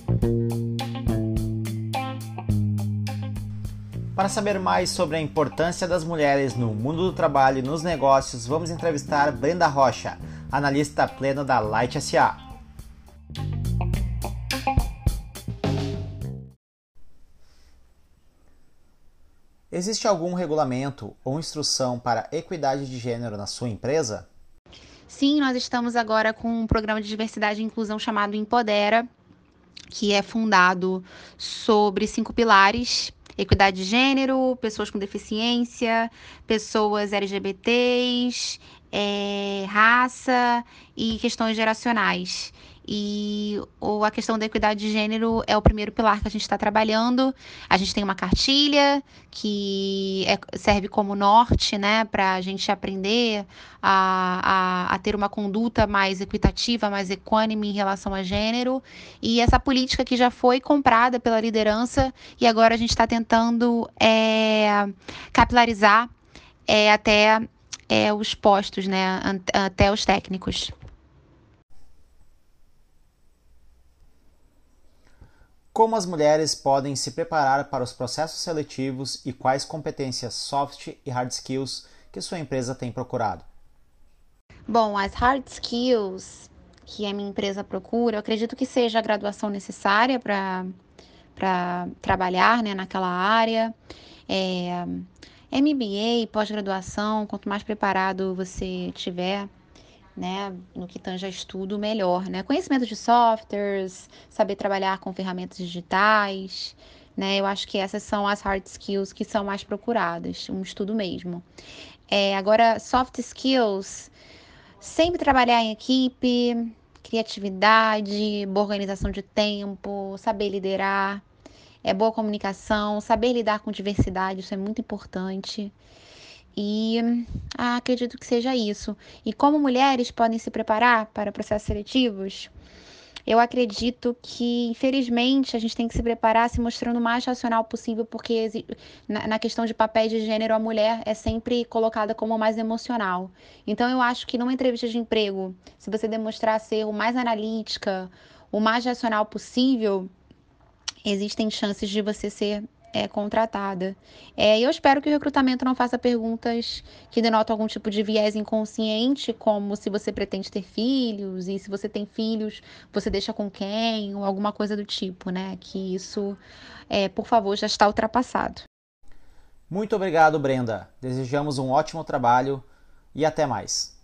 Para saber mais sobre a importância das mulheres no mundo do trabalho e nos negócios, vamos entrevistar Brenda Rocha, analista pleno da Light S.A. Existe algum regulamento ou instrução para equidade de gênero na sua empresa? Sim, nós estamos agora com um programa de diversidade e inclusão chamado Empodera, que é fundado sobre 5 pilares: equidade de gênero, pessoas com deficiência, pessoas LGBTs, raça e questões geracionais. E a questão da equidade de gênero é o primeiro pilar que a gente está trabalhando. A gente tem uma cartilha que serve como norte, né, para a gente aprender a ter uma conduta mais equitativa, mais equânime em relação a gênero. E essa política que já foi comprada pela liderança e agora a gente está tentando capilarizar até os postos, né, até os técnicos. Como as mulheres podem se preparar para os processos seletivos e quais competências soft e hard skills que sua empresa tem procurado? Bom, as hard skills que a minha empresa procura, eu acredito que seja a graduação necessária para trabalhar, né, naquela área. MBA, pós-graduação, quanto mais preparado você tiver, né, no que tange a estudo, melhor, né? Conhecimento de softwares, saber trabalhar com ferramentas digitais, né? Eu acho que essas são as hard skills que são mais procuradas, um estudo mesmo. Agora, soft skills, sempre trabalhar em equipe, criatividade, boa organização de tempo, saber liderar, boa comunicação, saber lidar com diversidade, isso é muito importante. E acredito que seja isso. E como mulheres podem se preparar para processos seletivos, eu acredito que, infelizmente, a gente tem que se preparar se mostrando o mais racional possível, porque na questão de papéis de gênero, a mulher é sempre colocada como mais emocional. Então, eu acho que numa entrevista de emprego, se você demonstrar ser o mais analítica, o mais racional possível, existem chances de você ser contratada. Eu espero que o recrutamento não faça perguntas que denotam algum tipo de viés inconsciente, como se você pretende ter filhos, e se você tem filhos, você deixa com quem, ou alguma coisa do tipo, né? Que isso, por favor, já está ultrapassado. Muito obrigado, Brenda. Desejamos um ótimo trabalho e até mais.